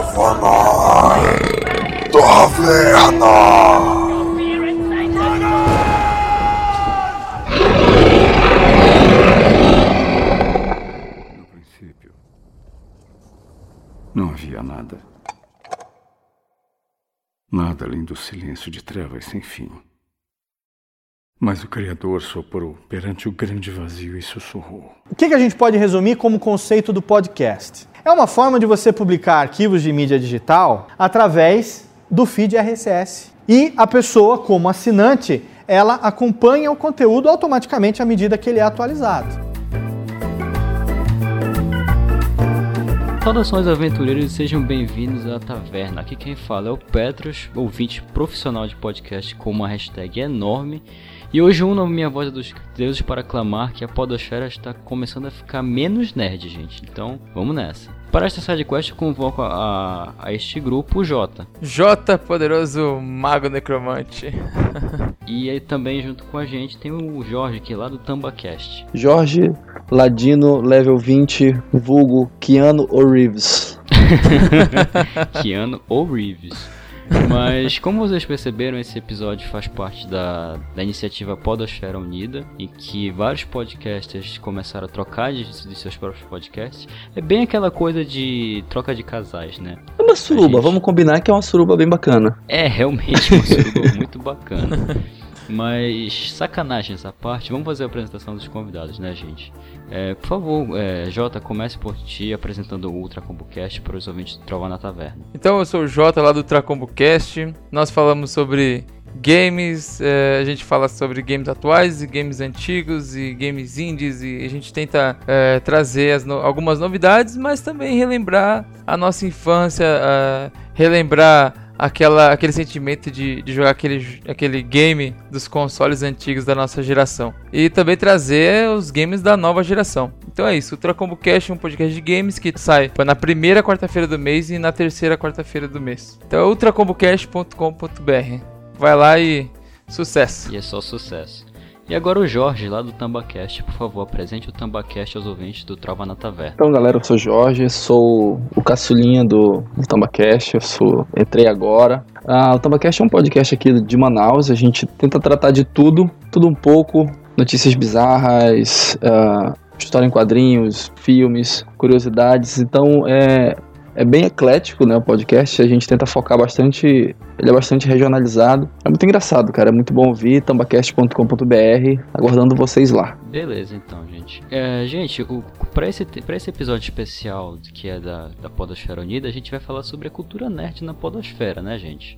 Taverna. No princípio, não havia nada. Nada além do silêncio de trevas sem fim. Mas o Criador soprou perante o grande vazio e sussurrou. O que a gente pode resumir como conceito do podcast? É uma forma de você publicar arquivos de mídia digital através do feed RSS. E a pessoa, como assinante, ela acompanha o conteúdo automaticamente à medida que ele é atualizado. Saudações aventureiros e sejam bem-vindos à Taverna. Aqui quem fala é o Petros, ouvinte profissional de podcast com uma hashtag enorme. E hoje uno a minha voz dos deuses para clamar que a podosfera está começando a ficar menos nerd, gente. Então, vamos nessa. Para esta sidequest eu convoco a este grupo o Jota. Jota, poderoso mago necromante. E aí também junto com a gente tem o Jorge, que é lá do Tambacast. Jorge Ladino, level 20, vulgo Keanu ou Reeves. Keanu ou Reeves. Mas como vocês perceberam, esse episódio faz parte da iniciativa Podosfera Unida, em que vários podcasters começaram a trocar de seus próprios podcasts. É bem aquela coisa de troca de casais, né? É uma suruba, vamos combinar que é uma suruba bem bacana. É, realmente uma suruba muito bacana. Mas, sacanagens à parte, vamos fazer a apresentação dos convidados, né, gente? Por favor, Jota, comece por ti apresentando o UltraComboCast para os ouvintes do Trovão na Taverna. Então, eu sou o Jota lá do UltraComboCast. Nós falamos sobre games, a gente fala sobre games atuais e games antigos e games indies, e a gente tenta trazer algumas novidades, mas também relembrar a nossa infância, relembrar aquele sentimento de jogar aquele game dos consoles antigos da nossa geração. E também trazer os games da nova geração. Então é isso, o UltraComboCast é um podcast de games que sai na primeira quarta-feira do mês e na terceira quarta-feira do mês. Então é ultracombocast.com.br. Vai lá e sucesso. E é só sucesso. E agora o Jorge, lá do Tambacast, por favor, apresente o Tambacast aos ouvintes do Trova na Taverna. Então, galera, eu sou o Jorge, sou o caçulinha do Tambacast, entrei agora. O Tambacast é um podcast aqui de Manaus, a gente tenta tratar de tudo um pouco, notícias bizarras, história em quadrinhos, filmes, curiosidades, então é bem eclético, né, o podcast, a gente tenta focar bastante, ele é bastante regionalizado. É muito engraçado, cara, é muito bom ouvir, tambacast.com.br, aguardando vocês lá. Beleza, então, gente. Gente, pra esse episódio especial que é da Podosfera Unida, a gente vai falar sobre a cultura nerd na podosfera, né, gente?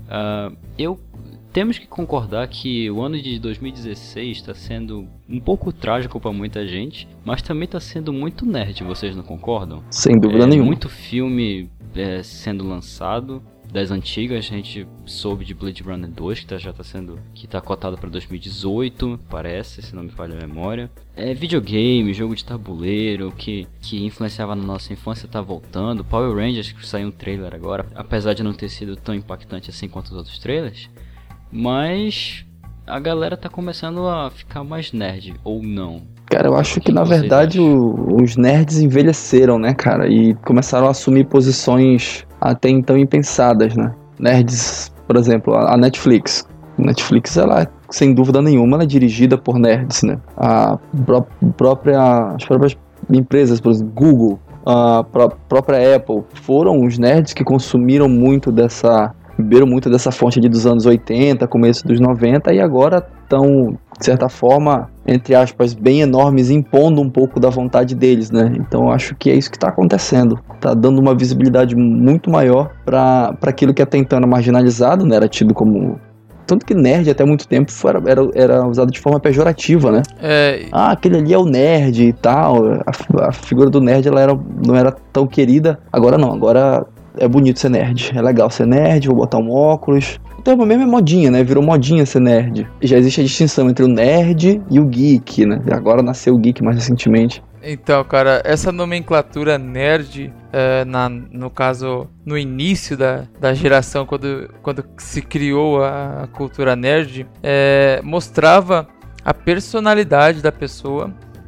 Temos que concordar que o ano de 2016 está sendo um pouco trágico para muita gente, mas também está sendo muito nerd, vocês não concordam? Sem dúvida nenhuma. Muito filme sendo lançado, das antigas, a gente soube de Blade Runner 2, que tá cotado para 2018, parece, se não me falha a memória. Videogame, jogo de tabuleiro, que influenciava na nossa infância, tá voltando. Power Rangers, que saiu um trailer agora, apesar de não ter sido tão impactante assim quanto os outros trailers. Mas a galera tá começando a ficar mais nerd, ou não? Cara, eu acho que na verdade os nerds envelheceram, né, cara? E começaram a assumir posições até então impensadas, né? Nerds, por exemplo, a Netflix. A Netflix, ela, sem dúvida nenhuma, ela é dirigida por nerds, né? As próprias empresas, por exemplo, Google, a própria Apple, foram os nerds que consumiram beberam muito dessa fonte ali dos anos 80, começo dos 90, e agora estão, de certa forma, entre aspas, bem enormes, impondo um pouco da vontade deles, né? Então eu acho que é isso que está acontecendo. Tá dando uma visibilidade muito maior para aquilo que até então era marginalizado, né? Era tido como... Tanto que nerd até muito tempo era usado de forma pejorativa, né? Aquele ali é o nerd e tal. A figura do nerd não era tão querida. Agora não, agora é bonito ser nerd. É legal ser nerd, vou botar um óculos. O termo mesmo é modinha, né? Virou modinha ser nerd. Já existe a distinção entre o nerd e o geek, né? Agora nasceu o geek mais recentemente. Então, cara, essa nomenclatura nerd, no caso, no início da geração, quando se criou a cultura nerd, mostrava a personalidade da pessoa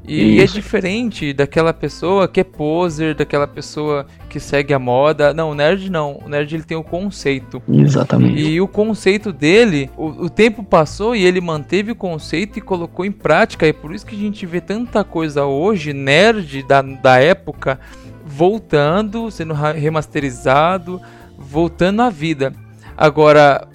E é diferente daquela pessoa que é poser, daquela pessoa que segue a moda. Não, o nerd não. O nerd ele tem o conceito. Exatamente. E o conceito dele, o tempo passou e ele manteve o conceito e colocou em prática. E por isso que a gente vê tanta coisa hoje, nerd da época, voltando, sendo remasterizado, voltando à vida. Agora,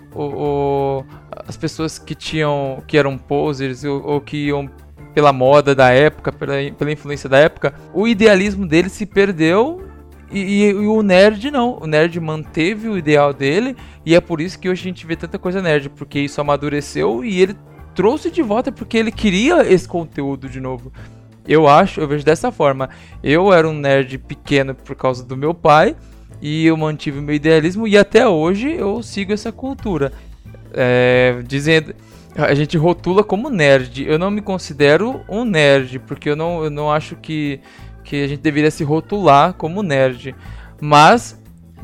as pessoas que eram posers ou que iam pela moda da época, pela influência da época, o idealismo dele se perdeu e o nerd não. O nerd manteve o ideal dele e é por isso que hoje a gente vê tanta coisa nerd, porque isso amadureceu e ele trouxe de volta porque ele queria esse conteúdo de novo. Eu vejo dessa forma. Eu era um nerd pequeno por causa do meu pai e eu mantive o meu idealismo e até hoje eu sigo essa cultura. Dizendo... A gente rotula como nerd. Eu não me considero um nerd, porque eu não acho que a gente deveria se rotular como nerd. Mas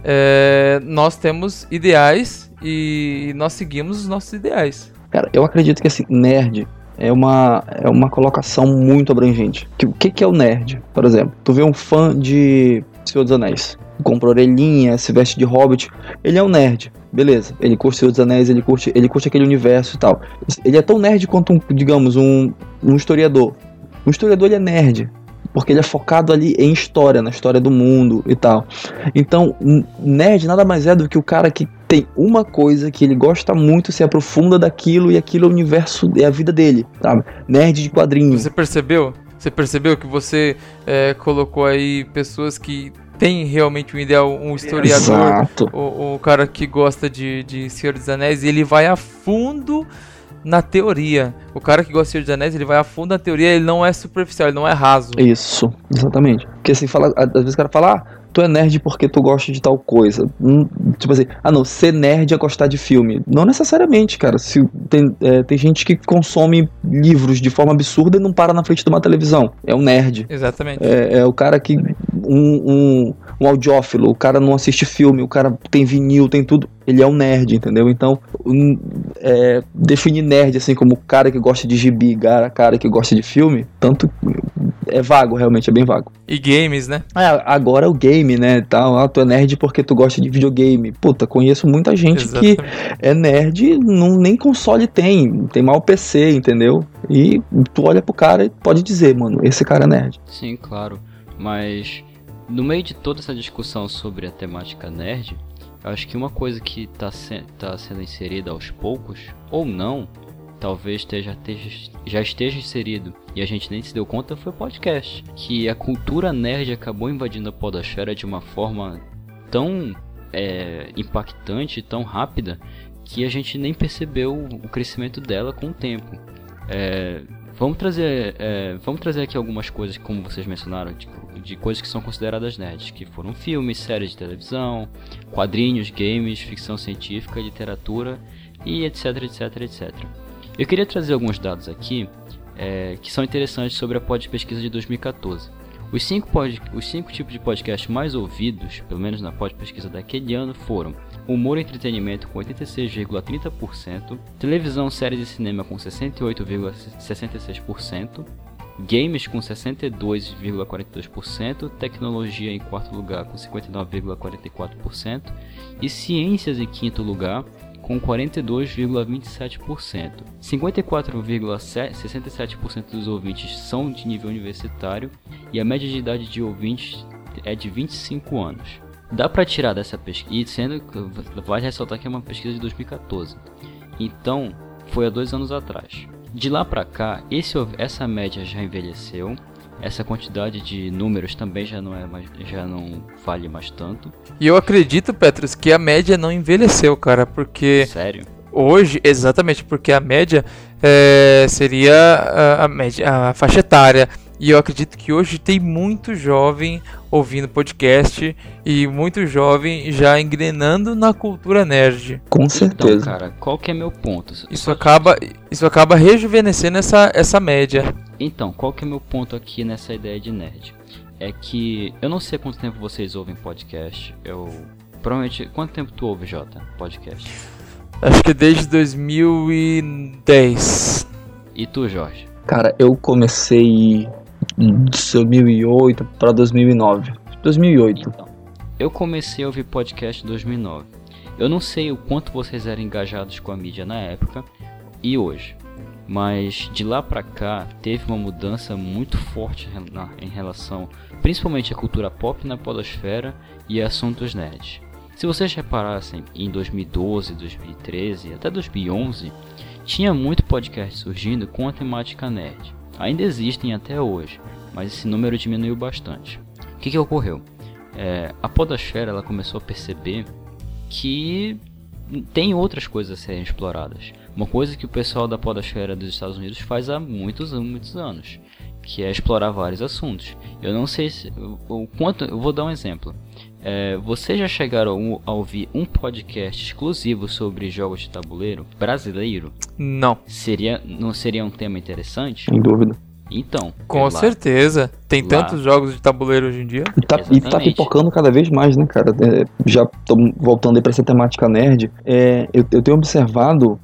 nós temos ideais e nós seguimos os nossos ideais. Cara, eu acredito que assim, nerd é uma colocação muito abrangente. O que é o nerd? Por exemplo, tu vê um fã de Senhor dos Anéis, compra orelhinha, se veste de hobbit, ele é um nerd. Beleza, ele curte Senhor dos Anéis, ele curte aquele universo e tal. Ele é tão nerd quanto, um historiador. Um historiador, ele é nerd, porque ele é focado ali em história, na história do mundo e tal. Então, nerd nada mais é do que o cara que tem uma coisa que ele gosta muito, se aprofunda daquilo, e aquilo é o universo, é a vida dele, sabe? Nerd de quadrinhos. Você percebeu? Você percebeu que você colocou aí pessoas que tem realmente um ideal, um historiador, o cara que gosta de Senhor dos Anéis, ele vai a fundo na teoria. O cara que gosta de Senhor dos Anéis, ele vai a fundo na teoria, ele não é superficial, ele não é raso. Isso, exatamente. Porque assim, às vezes o cara fala, tu é nerd porque tu gosta de tal coisa. Tipo assim, não, ser nerd é gostar de filme. Não necessariamente, cara. Tem gente que consome livros de forma absurda e não para na frente de uma televisão. É um nerd. Exatamente. É o cara que... Um audiófilo, o cara não assiste filme, o cara tem vinil, tem tudo. Ele é um nerd, entendeu? Então, definir nerd assim como o cara que gosta de gibi, cara que gosta de filme, tanto é vago, realmente, é bem vago. E games, né? Agora é o game, né, tal. Tu é nerd porque tu gosta de videogame. Puta, conheço muita gente que é nerd, nem console tem mal PC, entendeu? E tu olha pro cara e pode dizer, mano, esse cara é nerd. Sim, claro, mas no meio de toda essa discussão sobre a temática nerd, eu acho que uma coisa que tá sendo inserida aos poucos, ou não, talvez já esteja inserido e a gente nem se deu conta, foi o podcast. Que a cultura nerd acabou invadindo a podosfera de uma forma tão impactante, tão rápida, que a gente nem percebeu o crescimento dela com o tempo. Vamos trazer aqui algumas coisas, como vocês mencionaram, de coisas que são consideradas nerds, que foram filmes, séries de televisão, quadrinhos, games, ficção científica, literatura e etc, etc, etc. Eu queria trazer alguns dados aqui que são interessantes sobre a Podpesquisa de 2014. Os 5 tipos de podcast mais ouvidos, pelo menos na Podpesquisa daquele ano, foram humor e entretenimento com 86,30%, televisão, séries e cinema com 68,66%, games com 62,42%, tecnologia em quarto lugar com 59,44% e ciências em quinto lugar com 42,27%. 54,67% dos ouvintes são de nível universitário e a média de idade de ouvintes é de 25 anos. Dá para tirar dessa pesquisa, e sendo que vai ressaltar que é uma pesquisa de 2014, então foi há 2 anos atrás. De lá para cá, essa média já envelheceu, essa quantidade de números também já não vale mais tanto. E eu acredito, Petrus, que a média não envelheceu, cara, porque... Sério? Hoje, exatamente, porque a média seria a faixa etária. E eu acredito que hoje tem muito jovem ouvindo podcast e muito jovem já engrenando na cultura nerd. Com certeza. Então, cara, qual que é meu ponto? Isso acaba rejuvenescendo essa média. Então, qual que é meu ponto aqui nessa ideia de nerd? É que eu não sei quanto tempo vocês ouvem podcast. Provavelmente... Quanto tempo tu ouve, Jota, podcast? Acho que desde 2010. E tu, Jorge? Cara, eu comecei 2008 para 2009. 2008. Então, eu comecei a ouvir podcast em 2009. Eu não sei o quanto vocês eram engajados com a mídia na época e hoje, mas de lá pra cá teve uma mudança muito forte em relação principalmente à cultura pop na podosfera e a assuntos nerds. Se vocês reparassem, em 2012, 2013 até 2011, tinha muito podcast surgindo com a temática nerd. Ainda existem até hoje, mas esse número diminuiu bastante. O que ocorreu? A podosfera ela começou a perceber que tem outras coisas a serem exploradas. Uma coisa que o pessoal da podosfera dos Estados Unidos faz há muitos anos, que é explorar vários assuntos. Eu não sei o quanto... Eu vou dar um exemplo. Vocês já chegaram a ouvir um podcast exclusivo sobre jogos de tabuleiro brasileiro? Não. Não seria um tema interessante? Sem dúvida. Então, com certeza. Tem tantos jogos de tabuleiro hoje em dia. E tá pipocando cada vez mais, né, cara? Já tô voltando aí pra essa temática nerd. Eu tenho observado...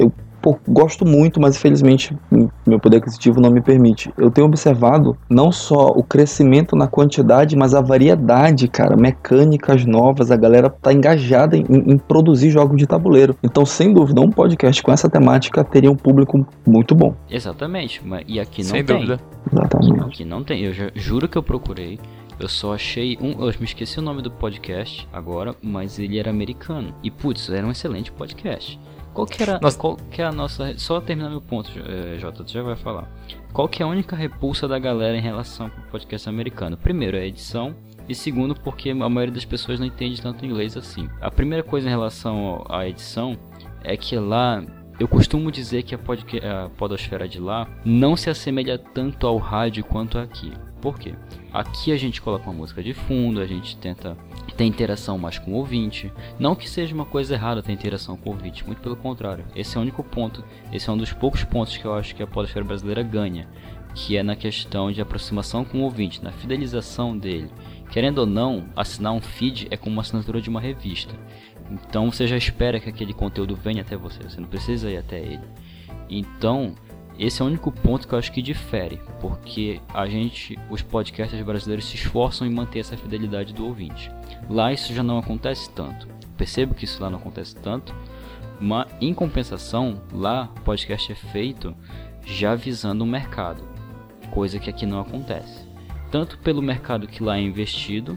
gosto muito, mas infelizmente meu poder aquisitivo não me permite. Eu tenho observado não só o crescimento na quantidade, mas a variedade, cara, mecânicas novas. A galera tá engajada em produzir jogos de tabuleiro. Então, sem dúvida, um podcast com essa temática teria um público muito bom. Exatamente, e aqui não tem. Sem dúvida. Exatamente. Aqui não tem, eu juro que eu procurei. Eu só achei eu me esqueci o nome do podcast agora, mas ele era americano. E putz, era um excelente podcast. Qual que é a nossa... Só terminar meu ponto, Jota, tu já vai falar. Qual que é a única repulsa da galera em relação ao podcast americano? Primeiro, é a edição. E segundo, porque a maioria das pessoas não entende tanto inglês assim. A primeira coisa em relação à edição é que lá... Eu costumo dizer que a podosfera de lá não se assemelha tanto ao rádio quanto aqui. Por quê? Aqui a gente coloca uma música de fundo, a gente tenta ter interação mais com o ouvinte. Não que seja uma coisa errada ter interação com o ouvinte, muito pelo contrário. Esse é o único ponto, esse é um dos poucos pontos que eu acho que a podosfera brasileira ganha, que é na questão de aproximação com o ouvinte, na fidelização dele. Querendo ou não, assinar um feed é como uma assinatura de uma revista. Então você já espera que aquele conteúdo venha até você, você não precisa ir até ele. Então, esse é o único ponto que eu acho que difere, porque os podcasters brasileiros se esforçam em manter essa fidelidade do ouvinte. Lá isso já não acontece tanto. Percebo que isso lá não acontece tanto, mas em compensação, lá o podcast é feito já visando o mercado, coisa que aqui não acontece. Tanto pelo mercado que lá é investido,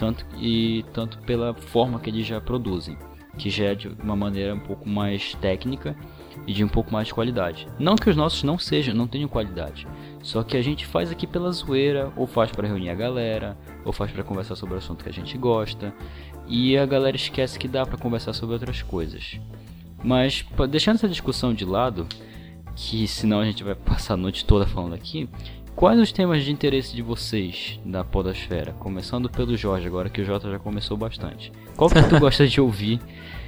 tanto pela forma que eles já produzem, que já é de uma maneira um pouco mais técnica e de um pouco mais de qualidade. Não que os nossos não tenham qualidade, só que a gente faz aqui pela zoeira, ou faz para reunir a galera, ou faz para conversar sobre o assunto que a gente gosta, e a galera esquece que dá para conversar sobre outras coisas. Mas deixando essa discussão de lado, que senão a gente vai passar a noite toda falando aqui, quais os temas de interesse de vocês da podosfera? Começando pelo Jorge, agora que o Jota já começou bastante. Qual que tu gosta de ouvir?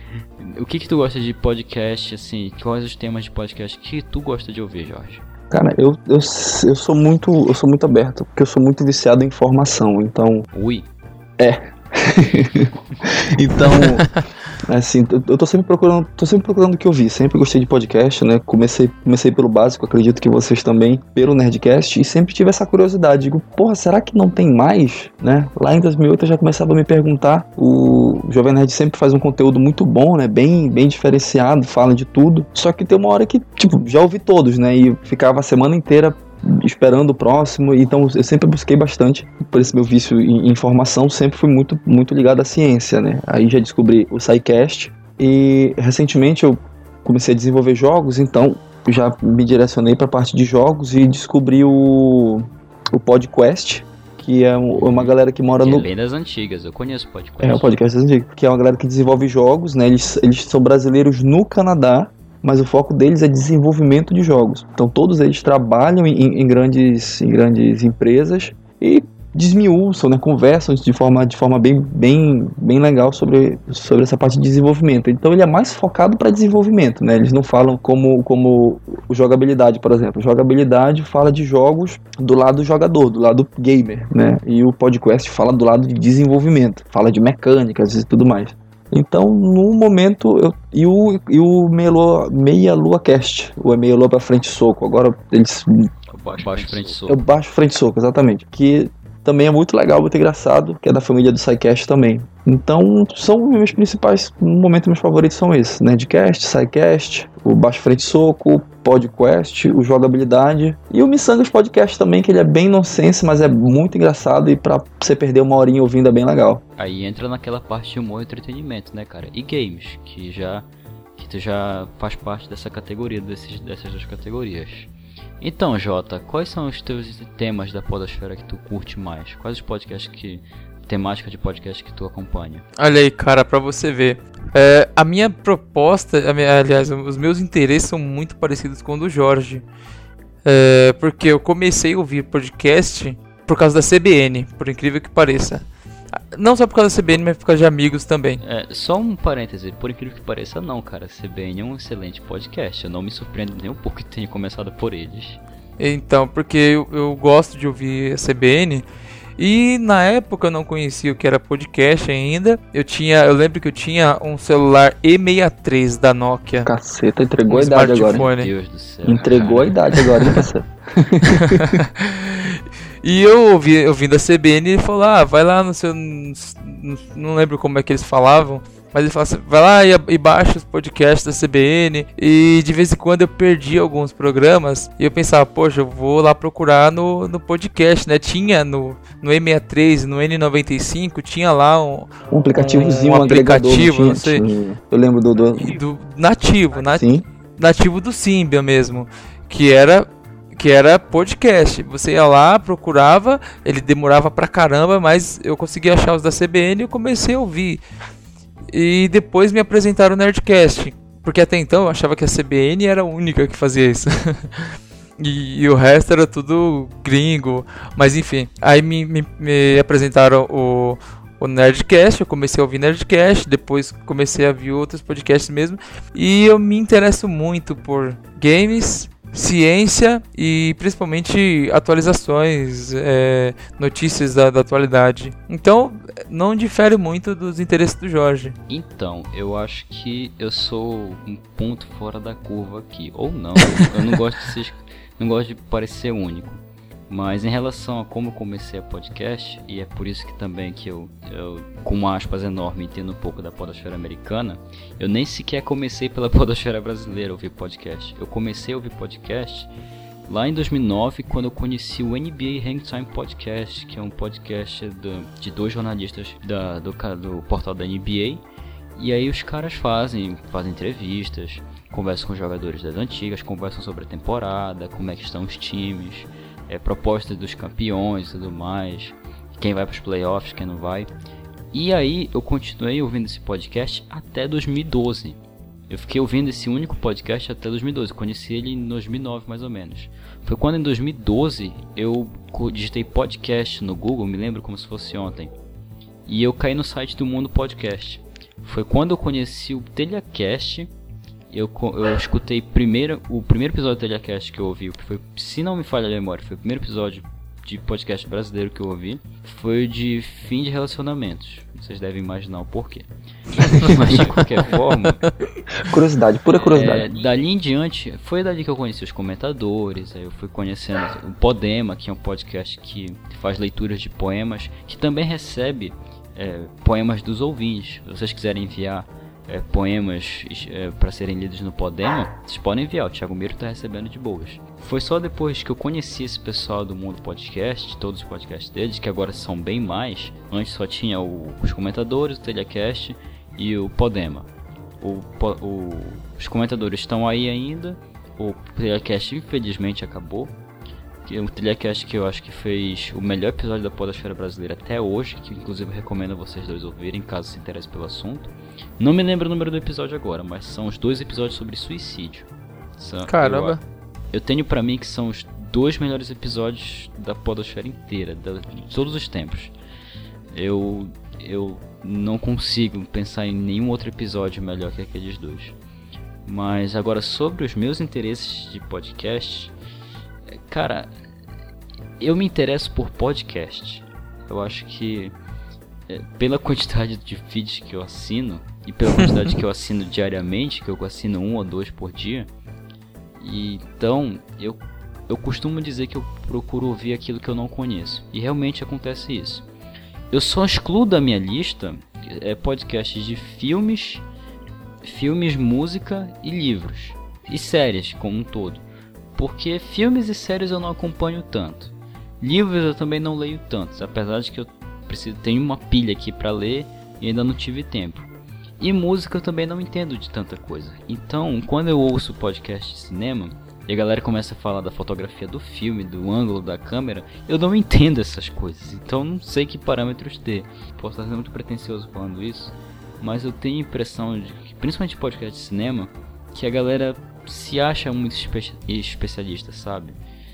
O que tu gosta de podcast, assim? Quais os temas de podcast que tu gosta de ouvir, Jorge? Cara, eu sou muito aberto, porque eu sou muito viciado em informação, então... Ui! Então, assim, eu tô sempre procurando o que ouvir. Sempre gostei de podcast, né? Comecei pelo básico, acredito que vocês também, pelo Nerdcast, e sempre tive essa curiosidade. Digo, porra, será que não tem mais, né? Lá em 2008 eu já começava a me perguntar. O Jovem Nerd sempre faz um conteúdo muito bom, né? Bem diferenciado, fala de tudo. Só que tem uma hora que, tipo, já ouvi todos, né? E ficava a semana inteira esperando o próximo, então eu sempre busquei bastante por esse meu vício em informação, sempre fui muito ligado à ciência, né? Aí já descobri o SciCast e recentemente eu comecei a desenvolver jogos, então já me direcionei para a parte de jogos e descobri o PodQuest, que é uma galera que mora no... bem das antigas, eu conheço o PodQuest. O PodQuest das antigas, que é uma galera que desenvolve jogos, né? Eles são brasileiros no Canadá, mas o foco deles é desenvolvimento de jogos. Então todos eles trabalham em grandes empresas e desmiuçam, né, conversam de forma bem legal sobre essa parte de desenvolvimento. Então ele é mais focado para desenvolvimento, né? Eles não falam como o jogabilidade, por exemplo. Jogabilidade fala de jogos do lado do jogador, do lado gamer, né? E o PodQuest fala do lado de desenvolvimento, fala de mecânicas e tudo mais. Então, no momento, o Meia Lua Cast, o Meia Lua pra frente soco, agora eles Baixo Frente Soco. É o Baixo Frente Soco, exatamente. Que também é muito legal, muito engraçado, que é da família do SciCast também. Então, são meus principais, no momento, meus favoritos são esses. Nerdcast, SciCast, o Baixo Frente Soco, o PodQuest, o Jogabilidade e o Missangas Podcast também, que ele é bem nonsense, mas é muito engraçado e pra você perder uma horinha ouvindo é bem legal. Aí entra naquela parte de humor e entretenimento, né, cara? E games, que tu já faz parte dessa categoria, dessas duas categorias. Então, Jota, quais são os teus temas da podosfera que tu curte mais? Quais os podcasts temática de podcast que tu acompanha? Olha aí, cara, pra você ver. A minha proposta, aliás, os meus interesses são muito parecidos com o do Jorge. Porque eu comecei a ouvir podcast por causa da CBN, por incrível que pareça. Não só por causa da CBN, mas por causa de amigos também. Só um parêntese, por incrível que pareça não, cara, CBN é um excelente podcast, eu não me surpreendo nem um pouco que tenha começado por eles. Então, porque eu gosto de ouvir a CBN, e na época eu não conhecia o que era podcast ainda. Eu lembro que eu tinha um celular E63 da Nokia. Caceta, entregou a idade agora. Meu Deus do céu. Entregou a idade agora, hein, parceiro? E eu ouvindo a CBN, ele falou, vai lá no seu... Não lembro como é que eles falavam, mas ele falou assim, vai lá e baixa os podcasts da CBN. E de vez em quando eu perdi alguns programas, e eu pensava, poxa, eu vou lá procurar no podcast, né? Tinha no E63, no N95, tinha lá um aplicativozinho, um aplicativo, não sei. Eu lembro do nativo, Sim. Nativo do Symbian mesmo, que era podcast. Você ia lá, procurava, ele demorava pra caramba, mas eu consegui achar os da CBN e eu comecei a ouvir. E depois me apresentaram o Nerdcast, porque até então eu achava que a CBN era a única que fazia isso. e o resto era tudo gringo, mas enfim. Aí me apresentaram o Nerdcast, eu comecei a ouvir Nerdcast, depois comecei a ouvir outros podcasts mesmo. E eu me interesso muito por games, ciência e principalmente atualizações, notícias da atualidade. Então não difere muito dos interesses do Jorge. Então, eu acho que eu sou um ponto fora da curva aqui, ou não. Eu não gosto de parecer único. Mas em relação a como eu comecei a podcast, e é por isso que também que eu com aspas enorme, entendo um pouco da podosfera americana, eu nem sequer comecei pela podosfera brasileira a ouvir podcast. Eu comecei a ouvir podcast lá em 2009, quando eu conheci o NBA Hangtime Podcast, que é um podcast de dois jornalistas do portal da NBA. E aí os caras fazem entrevistas, conversam com os jogadores das antigas, conversam sobre a temporada, como é que estão os times, propostas dos campeões e tudo mais, quem vai para os playoffs, quem não vai. E aí eu continuei ouvindo esse podcast até 2012. Eu fiquei ouvindo esse único podcast até 2012, conheci ele em 2009 mais ou menos. Foi quando em 2012 eu digitei podcast no Google, me lembro como se fosse ontem, e eu caí no site do Mundo Podcast. Foi quando eu conheci o Telecast. Eu escutei o primeiro episódio do Telecast que eu ouvi, que foi, se não me falha a memória, foi o primeiro episódio de podcast brasileiro que eu ouvi, foi o de fim de relacionamentos. Vocês devem imaginar o porquê. Mas de qualquer forma... Curiosidade, pura curiosidade. Dali em diante, foi dali que eu conheci os comentadores, aí eu fui conhecendo o Podema, que é um podcast que faz leituras de poemas, que também recebe poemas dos ouvintes. Se vocês quiserem enviar poemas para serem lidos no Podema, vocês podem enviar, o Thiago Miro está recebendo de boas. Foi só depois que eu conheci esse pessoal do Mundo Podcast, todos os podcasts deles, que agora são bem mais. Antes só tinha os comentadores, o Telecast e o Podema. Os comentadores estão aí ainda, o Telecast infelizmente acabou. O Telecast que eu acho que fez o melhor episódio da podosfera brasileira até hoje, que inclusive eu recomendo a vocês dois ouvirem, caso se interessem pelo assunto. Não me lembro o número do episódio agora, mas são os 2 episódios sobre suicídio. Caramba! Eu tenho pra mim que são os 2 melhores episódios da podosfera inteira, de todos os tempos. Eu não consigo pensar em nenhum outro episódio melhor que aqueles 2. Mas agora, sobre os meus interesses de podcast... Cara, eu me interesso por podcast. Eu acho que pela quantidade de feeds que eu assino e pela quantidade que eu assino diariamente, que eu assino 1 ou 2 por dia, e então eu eu costumo dizer que eu procuro ouvir aquilo que eu não conheço. E realmente acontece isso. Eu só excluo da minha lista podcasts de filmes, música e livros. E séries como um todo. Porque filmes e séries eu não acompanho tanto. Livros eu também não leio tantos. Apesar de que eu tenho uma pilha aqui pra ler e ainda não tive tempo. E música eu também não entendo de tanta coisa. Então, quando eu ouço podcast de cinema e a galera começa a falar da fotografia do filme, do ângulo da câmera, eu não entendo essas coisas. Então, não sei que parâmetros ter. Posso estar sendo muito pretencioso falando isso, mas eu tenho a impressão de que, principalmente podcast de cinema, que a galera se acha muito especialista, sabe?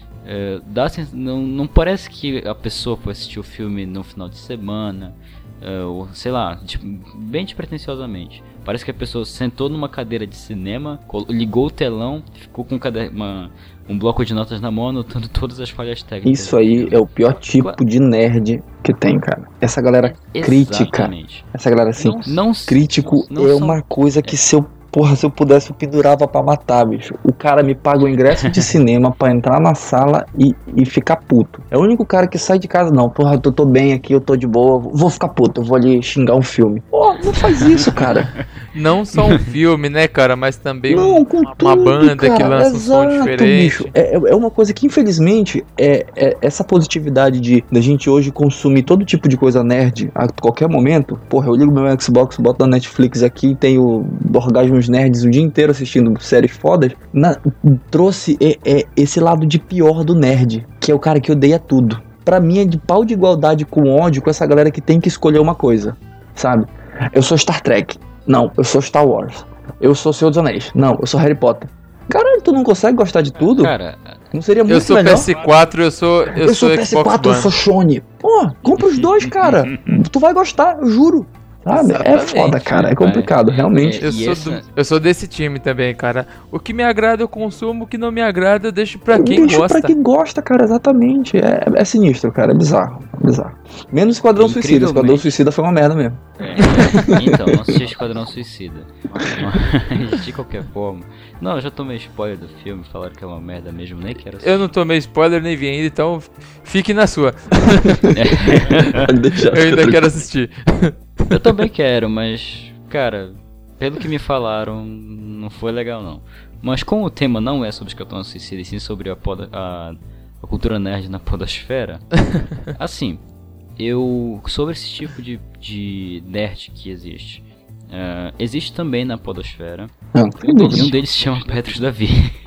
Não parece que a pessoa foi assistir o filme no final de semana, ou sei lá, bem despretensiosamente. Parece que a pessoa sentou numa cadeira de cinema, ligou o telão, ficou com um bloco de notas na mão, anotando todas as falhas técnicas. Isso aí é o pior tipo de nerd que tem, cara. Essa galera crítica, essa galera assim, crítico é uma coisa que se eu pudesse, eu pendurava pra matar, bicho. O cara me paga o ingresso de cinema pra entrar na sala e ficar puto. É o único cara que sai de casa, não, porra, eu tô bem aqui, eu tô de boa, vou ficar puto, eu vou ali xingar um filme. Porra, não faz isso, cara. Não só um filme, né, cara, mas também uma banda, cara, que lança um som diferente. Bicho. É uma coisa que, infelizmente, essa positividade da gente hoje consumir todo tipo de coisa nerd a qualquer momento. Porra, eu ligo meu Xbox, boto na Netflix aqui e tenho Orgasmos Nerds o dia inteiro assistindo séries fodas, trouxe esse lado de pior do nerd, que é o cara que odeia tudo. Pra mim é de pau de igualdade com ódio com essa galera que tem que escolher uma coisa, sabe? Eu sou Star Trek. Não, eu sou Star Wars. Eu sou Senhor dos Anéis. Não, eu sou Harry Potter. Caralho, tu não consegue gostar de tudo? Cara, não seria muito melhor? Eu sou PS4, eu sou PS4, Xbox eu sou Sony. Pô, compra os dois, cara. Tu vai gostar, eu juro. Sabe? É foda, cara, é complicado, realmente. Eu sou desse time também, cara. O que me agrada eu consumo, o que não me agrada eu deixo pra quem gosta. Pra quem gosta, cara, exatamente. É sinistro, cara, é bizarro. Menos Esquadrão Suicida. Esquadrão Suicida foi uma merda mesmo. Então, não assisti Esquadrão Suicida. Mas, de qualquer forma. Não, eu já tomei spoiler do filme, falaram que é uma merda mesmo, nem quero assistir. Eu não tomei spoiler, nem vi ainda, então fique na sua. Eu ainda quero assistir. Eu também quero, mas, cara, pelo que me falaram, não foi legal não. Mas como o tema não é sobre Esquadrão Suicida, e sim sobre a cultura nerd na podosfera, assim, sobre esse tipo de nerd que existe, existe também na podosfera, e um deles se chama Petros Davi.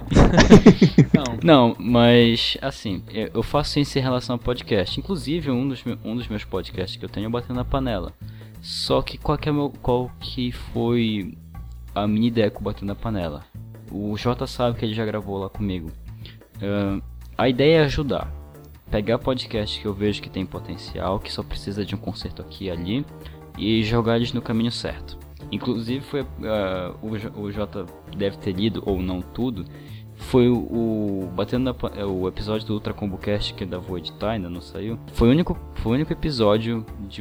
Não, mas assim, eu faço isso em relação ao podcast. Inclusive, um dos meus podcasts que eu tenho é Batendo na Panela. Só que qual que foi a minha ideia com Batendo na Panela? O Jota sabe que ele já gravou lá comigo. A ideia é ajudar. Pegar podcast que eu vejo que tem potencial, que só precisa de um conserto aqui e ali, e jogar eles no caminho certo. Inclusive o Jota deve ter lido, ou não tudo, foi o episódio do Ultra Combo Cast que ainda vou editar, ainda não saiu. Foi o único episódio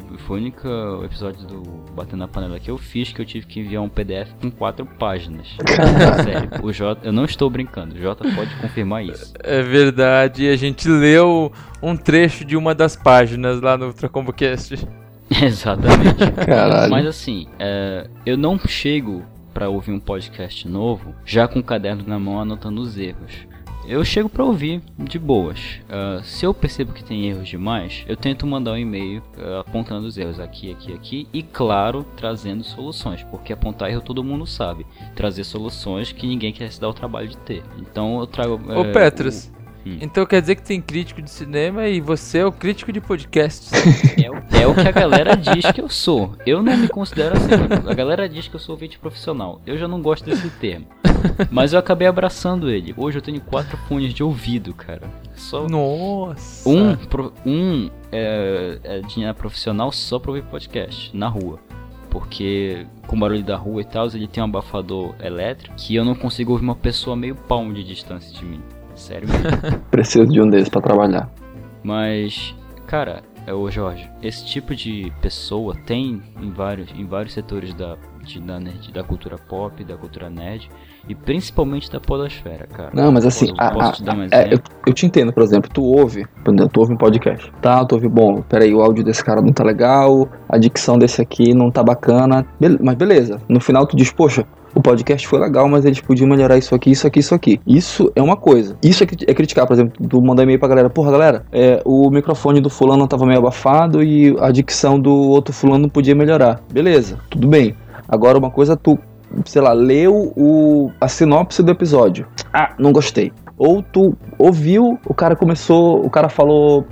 do Batendo na Panela que eu fiz que eu tive que enviar um PDF com 4 páginas. Sério, o Jota, eu não estou brincando, o Jota pode confirmar isso. É verdade, a gente leu um trecho de uma das páginas lá no Ultra Combo Cast. Exatamente. Caralho. Mas assim, eu não chego pra ouvir um podcast novo já com o caderno na mão anotando os erros. Eu chego pra ouvir de boas. Se eu percebo que tem erros demais, eu tento mandar um e-mail apontando os erros aqui e, claro, trazendo soluções, porque apontar erro todo mundo sabe. Trazer soluções que ninguém quer se dar o trabalho de ter. Então eu trago... Ô Petros, então quer dizer que tem crítico de cinema e você é o crítico de podcasts? É o que a galera diz que eu sou. Eu não me considero assim. A galera diz que eu sou ouvinte profissional. Eu já não gosto desse termo. Mas eu acabei abraçando ele. Hoje eu tenho 4 fones de ouvido, cara. Nossa! Um é de profissional só pra ouvir podcast, na rua. Porque com o barulho da rua e tal, ele tem um abafador elétrico que eu não consigo ouvir uma pessoa a meio palmo de distância de mim. Sério mesmo. Preciso de um desses pra trabalhar. Mas, cara, ô Jorge, esse tipo de pessoa tem em vários setores da cultura pop, da cultura nerd e principalmente da podosfera, cara. Não, mas assim, eu te entendo, por exemplo, tu ouve um podcast, tá? Tu ouve, bom, peraí, o áudio desse cara não tá legal, a dicção desse aqui não tá bacana, mas beleza, no final tu diz, poxa, o podcast foi legal, mas eles podiam melhorar isso aqui, isso aqui, isso aqui. Isso é uma coisa. Isso é criticar, por exemplo, tu mandar e-mail pra galera, porra, galera, o microfone do fulano tava meio abafado e a dicção do outro fulano não podia melhorar. Beleza, tudo bem. Agora uma coisa, tu, sei lá, leu a sinopse do episódio. Ah, não gostei. Ou tu ouviu, o cara falou...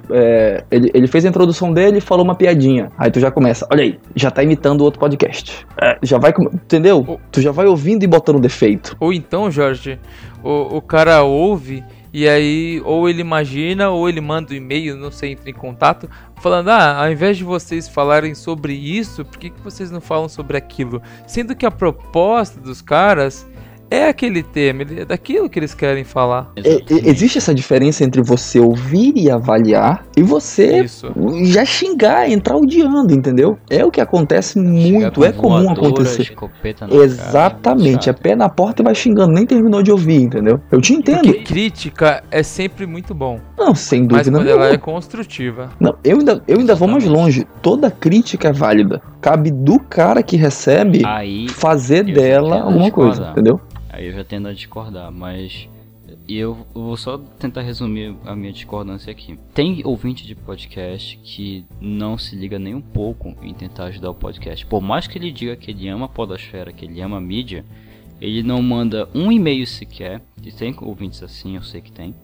ele fez a introdução dele e falou uma piadinha. Aí tu já começa, olha aí, já tá imitando outro podcast. Já vai, entendeu? Tu já vai ouvindo e botando defeito. Ou então, Jorge, o cara ouve e aí ou ele imagina ou ele manda um e-mail, não sei, entra em contato, falando, ao invés de vocês falarem sobre isso, por que vocês não falam sobre aquilo? Sendo que a proposta dos caras é aquele tema, é daquilo que eles querem falar. Existe essa diferença entre você ouvir e avaliar e você já xingar, entrar odiando, entendeu? É o que acontece muito, é comum acontecer. Exatamente, é pé na porta e vai xingando, nem terminou de ouvir, entendeu? Eu te entendo. Porque crítica é sempre muito bom. Não, sem dúvida. Mas quando ela é construtiva. Não, eu ainda vou mais longe. Toda crítica é válida. Cabe do cara que recebe fazer dela alguma coisa, entendeu? Aí eu já tendo a discordar, mas eu vou só tentar resumir a minha discordância aqui. Tem ouvinte de podcast que não se liga nem um pouco em tentar ajudar o podcast. Por mais que ele diga que ele ama a podosfera, que ele ama a mídia, ele não manda um e-mail sequer, e tem ouvintes assim, eu sei que tem,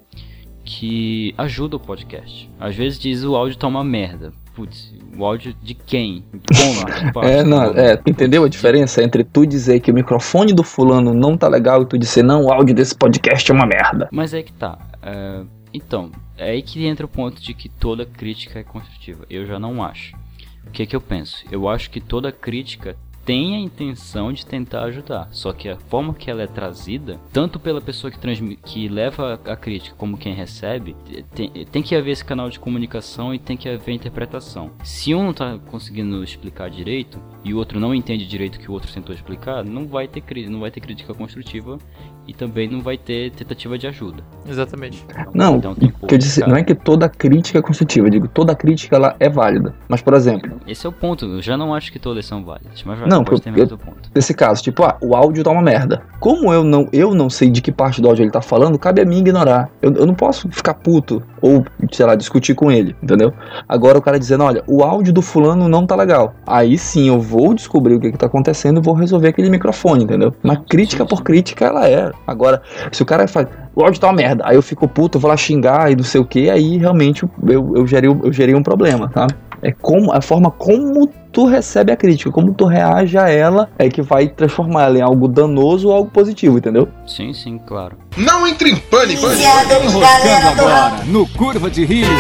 que ajuda o podcast. Às vezes diz o áudio tá uma merda. Putz, o áudio de quem? Como? Entendeu a diferença entre tu dizer que o microfone do fulano não tá legal e tu dizer, não, o áudio desse podcast é uma merda? Mas é que tá. Então, é aí que entra o ponto de que toda crítica é construtiva. Eu já não acho. O que eu penso? Eu acho que toda crítica tem a intenção de tentar ajudar, só que a forma que ela é trazida, tanto pela pessoa que leva a crítica como quem recebe, tem que haver esse canal de comunicação e tem que haver interpretação. Se um não está conseguindo explicar direito e o outro não entende direito o que o outro tentou explicar, não vai ter crítica construtiva e também não vai ter tentativa de ajuda. Exatamente. Não, não é que toda crítica é construtiva, eu digo, toda crítica ela é válida. Mas, por exemplo... Esse é o ponto, eu já não acho que todas são válidas, mas nesse caso, tipo, o áudio tá uma merda. Como eu não sei de que parte do áudio ele tá falando, cabe a mim ignorar. Eu não posso ficar puto ou, sei lá, discutir com ele, entendeu? Agora o cara dizendo, olha, o áudio do fulano não tá legal. Aí sim, eu vou descobrir o que tá acontecendo e vou resolver aquele microfone, entendeu? Mas crítica por crítica, ela é. Agora, se o cara faz, o áudio tá uma merda, aí eu fico puto, eu vou lá xingar e não sei o que, aí realmente eu gerei um problema, tá? É como a forma como tu recebe a crítica, como tu reage a ela é que vai transformar ela em algo danoso ou algo positivo, entendeu? Sim, claro. Não entre em pânico! Enroscando agora no Curva de Rio.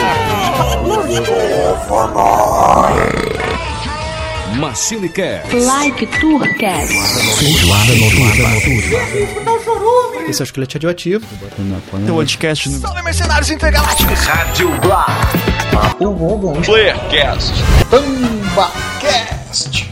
MachineCast. Like Tourcast. Feijoada noturna. Esse é o Esqueleto Radioativo. Tem o podcast no... Salve, mercenários intergalácticos! Rádio Blá! Playercast! Tambacast!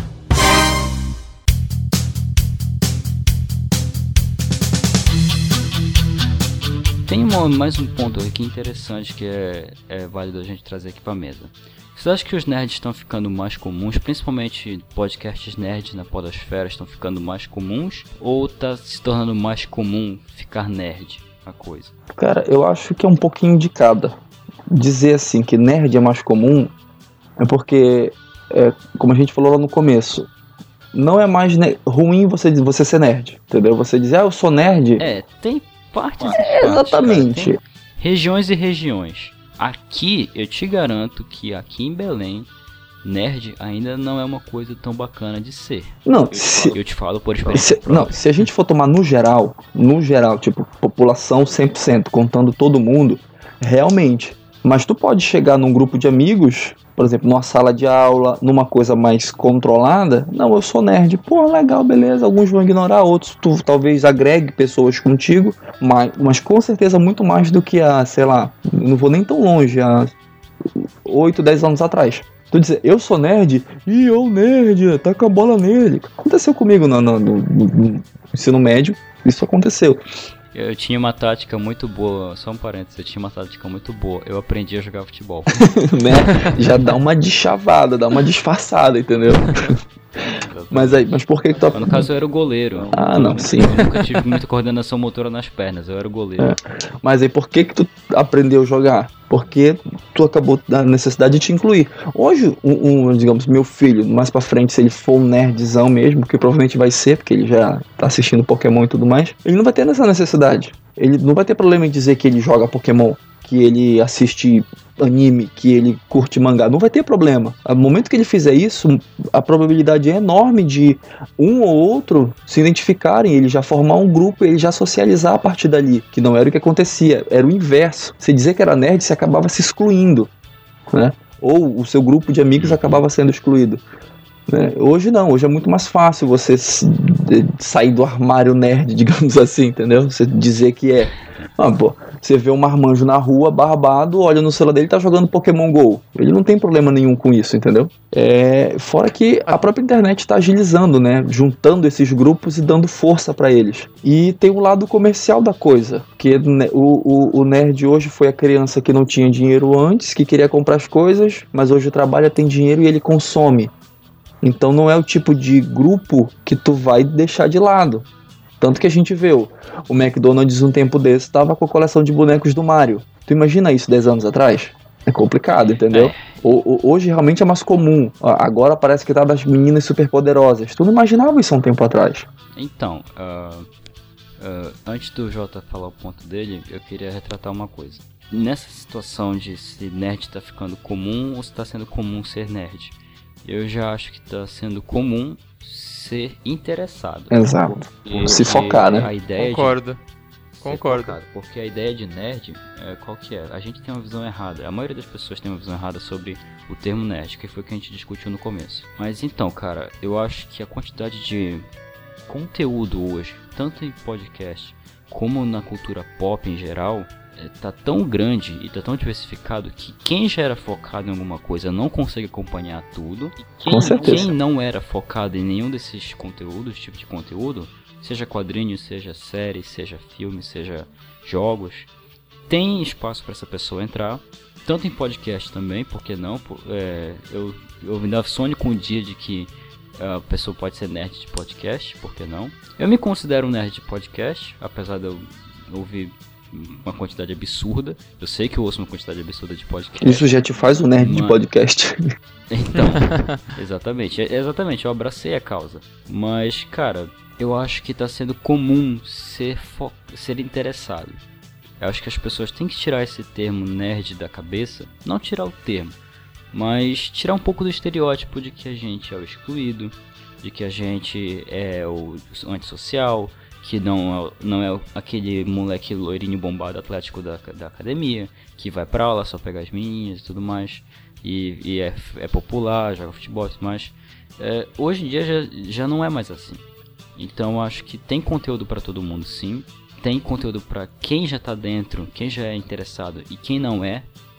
Tem mais um ponto aqui interessante que é válido a gente trazer aqui pra mesa. Você acha que os nerds estão ficando mais comuns, principalmente podcasts nerds na podosfera estão ficando mais comuns? Ou tá se tornando mais comum ficar nerd a coisa? Cara, eu acho que é um pouquinho de cada. Dizer assim que nerd é mais comum é porque, como a gente falou lá no começo, não é mais ruim você ser nerd, entendeu? Você dizer, eu sou nerd... Tem partes exatamente. Cara, tem regiões e regiões. Aqui, eu te garanto que aqui em Belém, nerd ainda não é uma coisa tão bacana de ser. Não, eu te falo por experiência própria. Não, se a gente for tomar no geral, tipo, população 100%, contando todo mundo, realmente. Mas tu pode chegar num grupo de amigos, por exemplo, numa sala de aula, numa coisa mais controlada. Não, eu sou nerd. Pô, legal, beleza. Alguns vão ignorar, outros tu talvez agregue pessoas contigo, mas com certeza muito mais do que sei lá, não vou nem tão longe, 8, 10 anos atrás. Tu dizer, eu sou nerd? Ih, ô nerd, taca a bola nele. Aconteceu comigo no ensino médio, isso aconteceu. Eu tinha uma tática muito boa, só um parênteses, eu tinha uma tática muito boa, eu aprendi a jogar futebol. Né? Já dá uma deschavada, dá uma disfarçada, entendeu? Mas por que tu... No caso eu era o goleiro. Ah, não, sim. Eu nunca tive muita coordenação motora nas pernas, eu era o goleiro. Mas aí por que tu aprendeu a jogar? Porque tu acabou da necessidade de te incluir. Hoje, digamos, meu filho, mais pra frente, se ele for um nerdzão mesmo, que provavelmente vai ser, porque ele já tá assistindo Pokémon e tudo mais, ele não vai ter essa necessidade. Ele não vai ter problema em dizer que ele joga Pokémon, que ele assiste anime, que ele curte mangá, não vai ter problema. No momento que ele fizer isso, a probabilidade é enorme de um ou outro se identificarem, ele já formar um grupo, ele já socializar a partir dali, que não era o que acontecia, era o inverso. Você dizer que era nerd, você acabava se excluindo, né? Ou o seu grupo de amigos acabava sendo excluído. Né? Hoje não, hoje é muito mais fácil você sair do armário nerd, digamos assim, entendeu? Você dizer que é. Você vê um marmanjo na rua, barbado, olha no celular dele e tá jogando Pokémon GO. Ele não tem problema nenhum com isso, entendeu? Fora que a própria internet tá agilizando, né? Juntando esses grupos e dando força pra eles. E tem o lado comercial da coisa, que o nerd hoje foi a criança que não tinha dinheiro antes, que queria comprar as coisas, mas hoje trabalha, tem dinheiro e ele consome. Então não é o tipo de grupo que tu vai deixar de lado. Tanto que a gente vê o McDonald's um tempo desse estava com a coleção de bonecos do Mario. Tu imagina isso 10 anos atrás? É complicado, entendeu? Hoje realmente é mais comum. Agora parece que tá das meninas superpoderosas. Tu não imaginava isso há um tempo atrás. Então, antes do Jota falar o ponto dele, eu queria retratar uma coisa. Nessa situação de se nerd tá ficando comum ou se tá sendo comum ser nerd, eu já acho que tá sendo comum ser interessado. Exato. Se focar, né? A ideia Concordo. Focado, porque a ideia de nerd, qual que é? A gente tem uma visão errada. A maioria das pessoas tem uma visão errada sobre o termo nerd, que foi o que a gente discutiu no começo. Mas então, cara, eu acho que a quantidade de conteúdo hoje, tanto em podcast como na cultura pop em geral, tá tão grande e tá tão diversificado que quem já era focado em alguma coisa não consegue acompanhar tudo. E quem não era focado em nenhum desses conteúdos, tipo de conteúdo, seja quadrinhos, seja série, seja filme, seja jogos, tem espaço para essa pessoa entrar, tanto em podcast também, por que não? Eu ainda sonho com o dia de que a pessoa pode ser nerd de podcast, por que não? Eu me considero um nerd de podcast, apesar de eu ouvir uma quantidade absurda. Eu sei que eu ouço uma quantidade absurda de podcast. Isso já te faz um nerd de podcast. Então, exatamente, eu abracei a causa. Mas, cara, eu acho que tá sendo comum ser interessado. Eu acho que as pessoas têm que tirar esse termo nerd da cabeça. Não tirar o termo, mas tirar um pouco do estereótipo de que a gente é o excluído, de que a gente é o antissocial, que não é aquele moleque loirinho bombado atlético da academia, que vai pra aula só pegar as meninas e tudo mais, e é popular, joga futebol e tudo mais. Hoje em dia já não é mais assim. Então acho que tem conteúdo pra todo mundo, sim. Tem conteúdo pra quem já tá dentro, quem já é interessado e quem não é.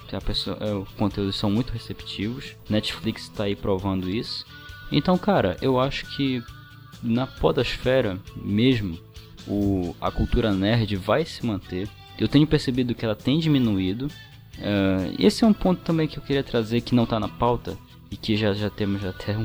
Os conteúdos são muito receptivos. Netflix tá aí provando isso. Então, cara, eu acho que na podosfera mesmo, a cultura nerd vai se manter. Eu tenho percebido que ela tem diminuído. Esse é um ponto também que eu queria trazer, que não está na pauta e que já temos até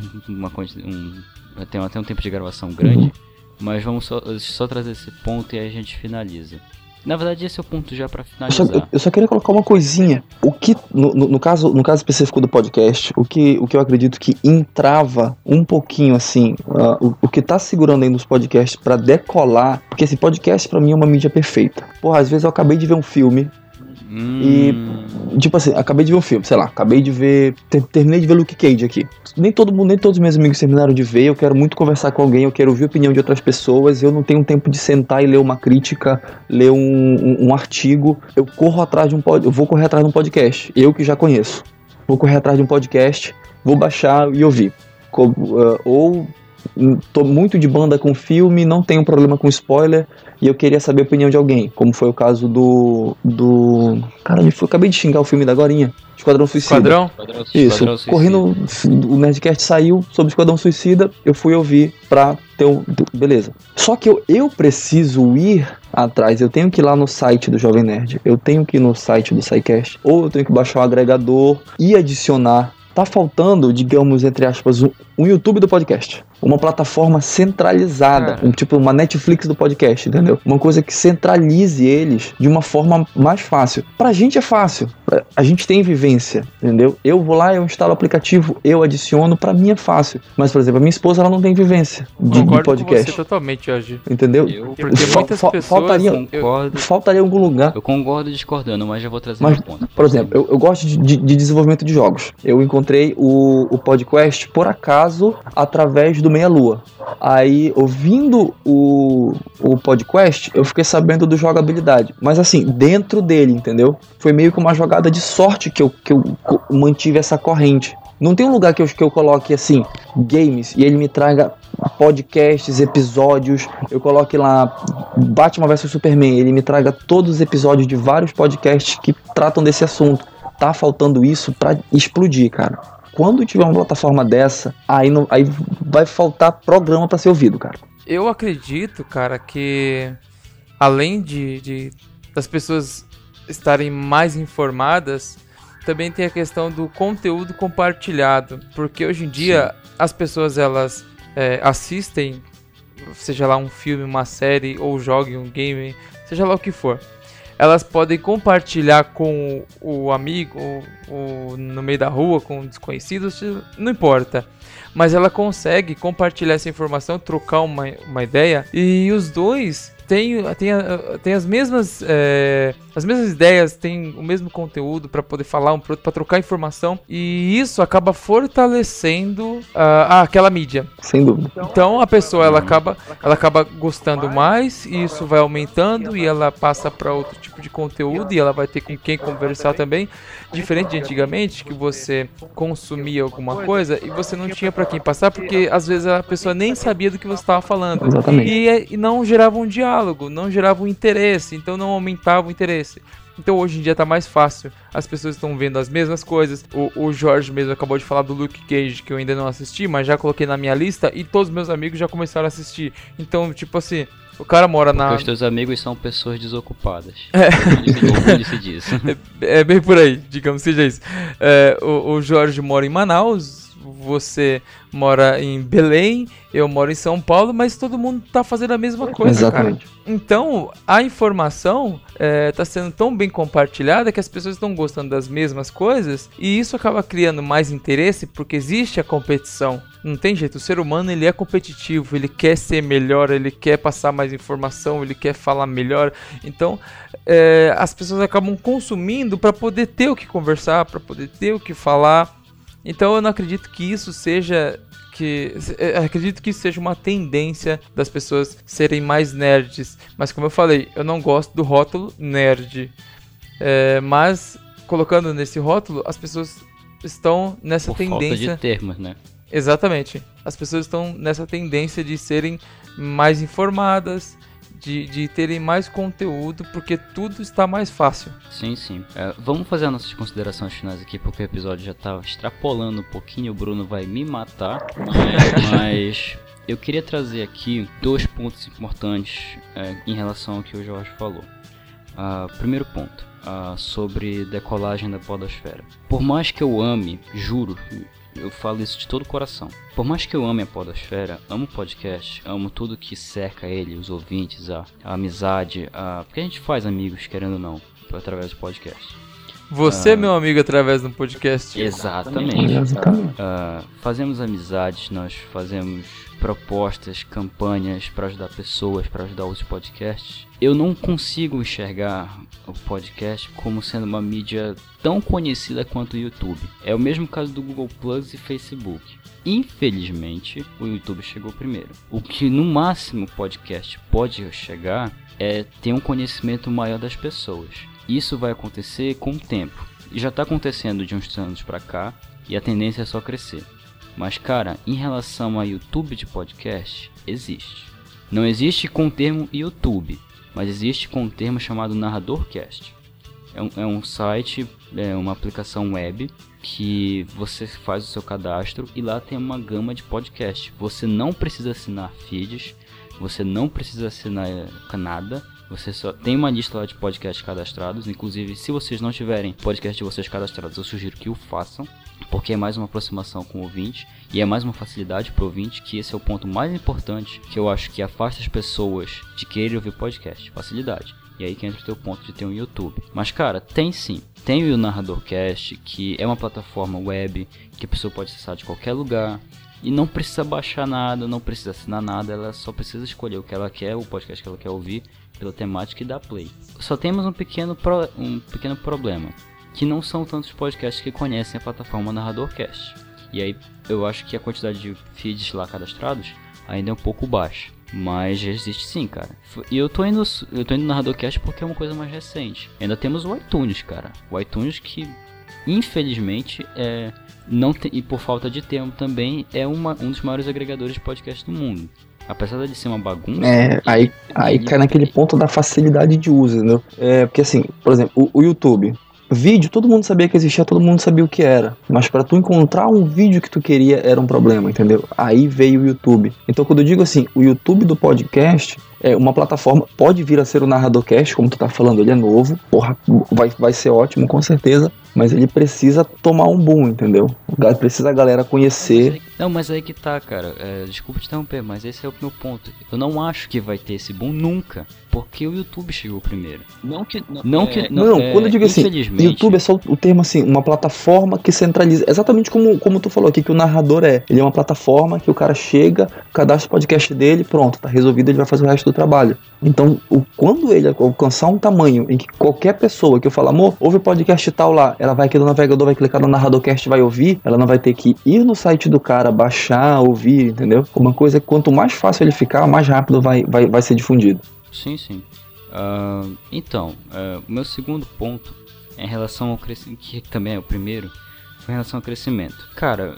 um tempo de gravação grande. Mas vamos só trazer esse ponto e aí a gente finaliza. Na verdade, esse é o ponto já para finalizar. Eu só queria colocar uma coisinha. O que, no caso específico do podcast, o que eu acredito que entrava um pouquinho assim, o que tá segurando aí nos podcasts para decolar, porque esse podcast para mim é uma mídia perfeita. Porra, às vezes eu acabei de ver um filme e, tipo assim, acabei de ver um filme, sei lá, terminei de ver Luke Cage aqui. Nem todos os meus amigos terminaram de ver, eu quero muito conversar com alguém, eu quero ouvir a opinião de outras pessoas, eu não tenho tempo de sentar e ler uma crítica, ler um artigo, eu vou correr atrás de um podcast, eu que já conheço, vou correr atrás de um podcast, vou baixar e ouvir. Ou tô muito de banda com filme, não tenho problema com spoiler, e eu queria saber a opinião de alguém, como foi o caso do... Cara, eu acabei de xingar o filme da agorinha. Esquadrão Suicida. Esquadrão? Isso, Esquadrão Suicida. correndo, o Nerdcast saiu sobre Esquadrão Suicida, eu fui ouvir pra ter beleza. Só que eu preciso ir atrás, eu tenho que ir lá no site do Jovem Nerd, eu tenho que ir no site do SciCast, ou eu tenho que baixar o agregador e adicionar. Tá faltando, digamos, entre aspas, um YouTube do podcast. Uma plataforma centralizada, tipo uma Netflix do podcast, entendeu? Uma coisa que centralize eles de uma forma mais fácil. Pra gente é fácil, a gente tem vivência, entendeu? Eu vou lá, eu instalo o aplicativo, eu adiciono, pra mim é fácil. Mas, por exemplo, a minha esposa, ela não tem vivência de podcast. Com você totalmente, hoje. Entendeu? Porque muitas pessoas... Faltaria algum lugar. Eu concordo discordando, mas já vou trazer um ponto. Por exemplo, eu gosto de desenvolvimento de jogos. Eu encontrei o podcast, por acaso, através do Meia Lua. Aí, ouvindo o podcast, eu fiquei sabendo do jogabilidade. Mas assim, dentro dele, entendeu? Foi meio que uma jogada de sorte que eu mantive essa corrente. Não tem um lugar que eu coloque assim, games, e ele me traga podcasts, episódios. Eu coloque lá Batman vs Superman, ele me traga todos os episódios de vários podcasts que tratam desse assunto. Tá faltando isso pra explodir, cara. Quando tiver uma plataforma dessa, aí vai faltar programa pra ser ouvido, cara. Eu acredito, cara, que além das pessoas estarem mais informadas, também tem a questão do conteúdo compartilhado. Porque hoje em dia, as pessoas, elas assistem, seja lá um filme, uma série, ou joguem um game, seja lá o que for. Elas podem compartilhar com o amigo, ou no meio da rua, com desconhecidos, não importa. Mas ela consegue compartilhar essa informação, trocar uma ideia, e os dois têm as mesmas ideias, têm o mesmo conteúdo para poder falar um pro outro, para trocar informação, e isso acaba fortalecendo aquela mídia. Sem dúvida. Então a pessoa ela acaba gostando mais, e isso vai aumentando, e ela passa para outro tipo de conteúdo, e ela vai ter com quem conversar também, diferente de antigamente, que você consumia alguma coisa e você não tinha para quem passar, porque às vezes a pessoa nem sabia do que você estava falando. Exatamente. E não gerava um diálogo, não gerava um interesse, então não aumentava o interesse. Então hoje em dia tá mais fácil, as pessoas estão vendo as mesmas coisas. O Jorge mesmo acabou de falar do Luke Cage, que eu ainda não assisti, mas já coloquei na minha lista, e todos os meus amigos já começaram a assistir. Então, tipo assim, o cara mora Porque os teus amigos são pessoas desocupadas. Ele se diz. É bem por aí, digamos, seja isso. O Jorge mora em Manaus, você mora em Belém, eu moro em São Paulo, mas todo mundo tá fazendo a mesma coisa. Exatamente. Cara. Então, a informação tá sendo tão bem compartilhada que as pessoas estão gostando das mesmas coisas, e isso acaba criando mais interesse, porque existe a competição. Não tem jeito, o ser humano ele é competitivo, ele quer ser melhor, ele quer passar mais informação, ele quer falar melhor. Então, as pessoas acabam consumindo para poder ter o que conversar, para poder ter o que falar. Então eu não acredito que isso seja uma tendência das pessoas serem mais nerds. Mas como eu falei, eu não gosto do rótulo nerd. Mas colocando nesse rótulo, as pessoas estão nessa tendência. Falta de termos, né? Exatamente. As pessoas estão nessa tendência de serem mais informadas, de terem mais conteúdo, porque tudo está mais fácil. Sim. Vamos fazer as nossas considerações finais aqui, porque o episódio já está extrapolando um pouquinho, o Bruno vai me matar, mas eu queria trazer aqui 2 pontos importantes em relação ao que o Jorge falou. Primeiro ponto, sobre decolagem da podosfera. Por mais que eu ame, juro, eu falo isso de todo o coração. Por mais que eu ame a podosfera, amo o podcast, amo tudo que cerca ele, os ouvintes, a amizade, porque a gente faz amigos, querendo ou não, através do podcast. Você é meu amigo através do podcast. Exatamente. Fazemos amizades, nós fazemos propostas, campanhas para ajudar pessoas, para ajudar os podcasts. Eu não consigo enxergar o podcast como sendo uma mídia tão conhecida quanto o YouTube. É o mesmo caso do Google Plus e Facebook. Infelizmente, o YouTube chegou primeiro. O que no máximo o podcast pode chegar é ter um conhecimento maior das pessoas. Isso vai acontecer com o tempo. E já está acontecendo de uns anos para cá, e a tendência é só crescer. Mas, cara, em relação a YouTube de podcast, existe. Não existe com o termo YouTube, mas existe com o termo chamado NarradorCast. É um site, uma aplicação web que você faz o seu cadastro e lá tem uma gama de podcast. Você não precisa assinar feeds, você não precisa assinar nada. Você só tem uma lista lá de podcasts cadastrados. Inclusive, se vocês não tiverem podcast de vocês cadastrados, eu sugiro que o façam, porque é mais uma aproximação com o ouvinte e é mais uma facilidade para o ouvinte, que esse é o ponto mais importante que eu acho que afasta as pessoas de querer ouvir podcast, facilidade. E aí que entra o teu ponto de ter um YouTube. Mas, cara, tem sim. Tem o NarradorCast, que é uma plataforma web que a pessoa pode acessar de qualquer lugar. E não precisa baixar nada, não precisa assinar nada. Ela só precisa escolher o que ela quer, o podcast que ela quer ouvir, pela temática, e dar play. Só temos um pequeno problema, que não são tantos podcasts que conhecem a plataforma NarradorCast. E aí eu acho que a quantidade de feeds lá cadastrados ainda é um pouco baixa. Mas já existe sim, cara. E eu tô indo no NarradorCast porque é uma coisa mais recente. Ainda temos o iTunes, cara. O iTunes que, infelizmente, não tem, e por falta de termo também, é um dos maiores agregadores de podcast do mundo. Apesar de ser uma bagunça... Aí cai naquele ponto da facilidade de uso, entendeu? Porque assim, por exemplo, o YouTube... Vídeo, todo mundo sabia que existia, todo mundo sabia o que era. Mas pra tu encontrar um vídeo que tu queria era um problema, entendeu? Aí veio o YouTube. Então quando eu digo assim, o YouTube do podcast é uma plataforma, pode vir a ser o NarradorCast, como tu tá falando, ele é novo, porra, vai ser ótimo com certeza, mas ele precisa tomar um boom, entendeu? Precisa a galera conhecer. Mas aí que tá, cara, desculpa te interromper, mas esse é o meu ponto. Eu não acho que vai ter esse boom nunca, porque o YouTube chegou primeiro. Quando eu digo assim, YouTube é só o termo assim, uma plataforma que centraliza, exatamente como tu falou aqui, que o narrador ele é uma plataforma que o cara chega, cadastra o podcast dele, pronto, tá resolvido, ele vai fazer o resto do trabalho. Então, quando ele alcançar um tamanho em que qualquer pessoa que eu falar, amor, ouve o podcast tal lá, ela vai aqui no navegador, vai clicar no NarradorCast e vai ouvir, ela não vai ter que ir no site do cara, baixar, ouvir, entendeu? Uma coisa que quanto mais fácil ele ficar, mais rápido vai ser difundido. Sim. Então, o meu segundo ponto é em relação ao crescimento, que também é o primeiro, foi em relação ao crescimento. Cara,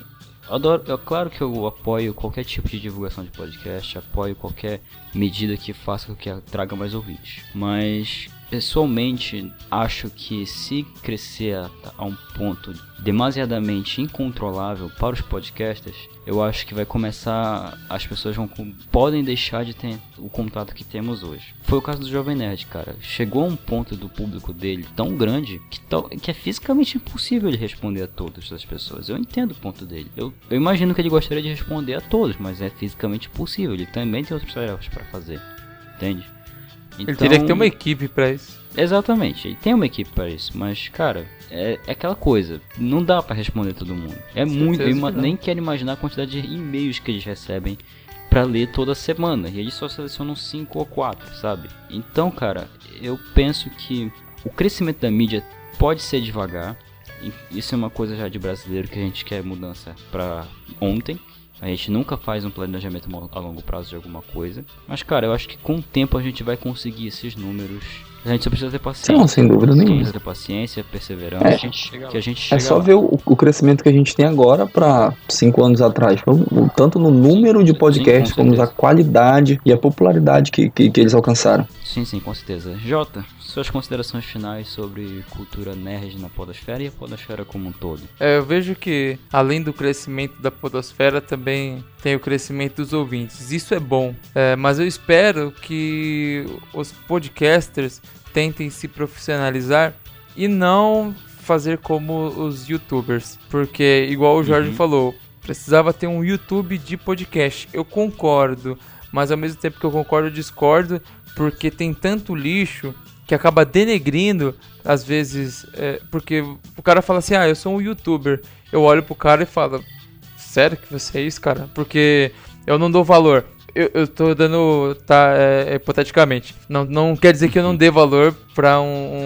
claro que eu apoio qualquer tipo de divulgação de podcast, apoio qualquer medida que faça com que traga mais ouvintes. Mas, pessoalmente, acho que se crescer a um ponto demasiadamente incontrolável para os podcasters, eu acho que vai começar, as pessoas podem deixar de ter o contato que temos hoje. Foi o caso do Jovem Nerd, cara. Chegou a um ponto do público dele tão grande que é fisicamente impossível ele responder a todas as pessoas. Eu entendo o ponto dele. Eu imagino que ele gostaria de responder a todos, mas é fisicamente impossível. Ele também tem outras tarefas para fazer, entende? Então, ele teria que ter uma equipe pra isso. Exatamente, ele tem uma equipe pra isso, mas, cara, é aquela coisa, não dá pra responder todo mundo. É muito, nem quero imaginar a quantidade de e-mails que eles recebem pra ler toda semana, e eles só selecionam 5 ou 4, sabe? Então, cara, eu penso que o crescimento da mídia pode ser devagar, isso é uma coisa já de brasileiro que a gente quer mudança pra ontem. A gente nunca faz um planejamento a longo prazo de alguma coisa. Mas, cara, eu acho que com o tempo a gente vai conseguir esses números. A gente só precisa ter paciência. Não, sem dúvida nenhuma. Precisa ter paciência, perseverança. Que a gente chega só lá. ver o crescimento que a gente tem agora para 5 anos atrás. Tanto no número de podcasts, como na qualidade e a popularidade que eles alcançaram. Sim, com certeza. Jota, suas considerações finais sobre cultura nerd na podosfera e a podosfera como um todo. Eu vejo que, além do crescimento da podosfera, também tem o crescimento dos ouvintes. Isso é bom, mas eu espero que os podcasters tentem se profissionalizar e não fazer como os youtubers. Porque, igual o Jorge falou, precisava ter um YouTube de podcast. Eu concordo, mas ao mesmo tempo que eu concordo, eu discordo, porque tem tanto lixo que acaba denegrindo, às vezes, porque o cara fala assim, eu sou um youtuber. Eu olho pro cara e falo, sério que você é isso, cara? Porque eu não dou valor. Eu tô dando, hipoteticamente. Não quer dizer que eu não dê valor pra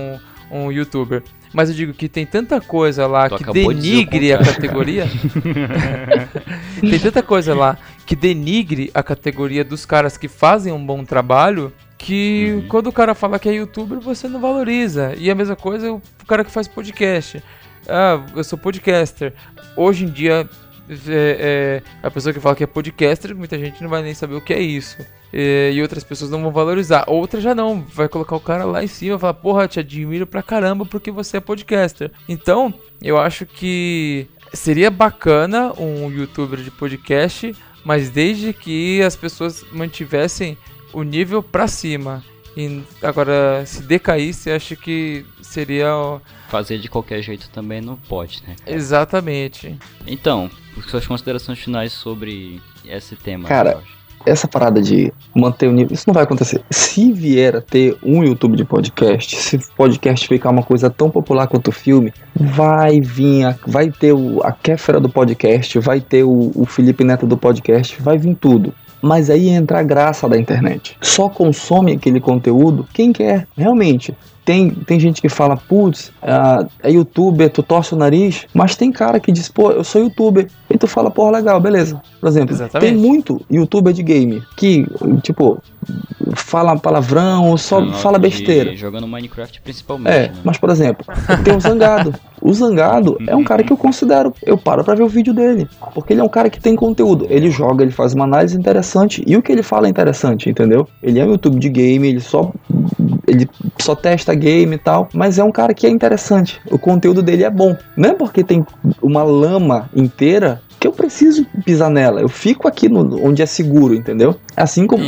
um youtuber. Mas eu digo que tem tanta coisa lá que denigre a categoria. Tem tanta coisa lá que denigre a categoria dos caras que fazem um bom trabalho, que quando o cara fala que é youtuber, você não valoriza. E a mesma coisa o cara que faz podcast. Eu sou podcaster. Hoje em dia a pessoa que fala que é podcaster, muita gente não vai nem saber o que é isso. E outras pessoas não vão valorizar. Outra já não, vai colocar o cara lá em cima e falar, porra, te admiro pra caramba porque você é podcaster. Então, eu acho que seria bacana um youtuber de podcast, mas desde que as pessoas mantivessem o nível pra cima. E agora, se decaísse, acho que seria... Fazer de qualquer jeito também não pode, né? Exatamente. Então, suas considerações finais sobre esse tema. Cara, Jorge? essa parada de manter o nível, isso não vai acontecer. Se vier a ter um YouTube de podcast, se o podcast ficar uma coisa tão popular quanto o filme, vai vir, vai ter a Kéfera do podcast, vai ter o Felipe Neto do podcast, vai vir tudo. Mas aí entra a graça da internet. Só consome aquele conteúdo quem quer, realmente. Tem gente que fala, putz, é youtuber, tu torce o nariz, mas tem cara que diz, pô, eu sou youtuber. E tu fala, porra, legal, beleza. Por exemplo, Exatamente. Tem muito youtuber de game que, tipo, fala palavrão ou só fala besteira. Jogando Minecraft principalmente, né? Mas por exemplo, tem o Zangado. O Zangado é um cara que eu considero, eu paro pra ver o vídeo dele, porque ele é um cara que tem conteúdo, ele joga, ele faz uma análise interessante, e o que ele fala é interessante, entendeu? Ele é um YouTube de game, ele só testa game e tal, mas é um cara que é interessante, o conteúdo dele é bom, não é porque tem uma lama inteira que eu preciso pisar nela, eu fico aqui onde é seguro, entendeu? Assim como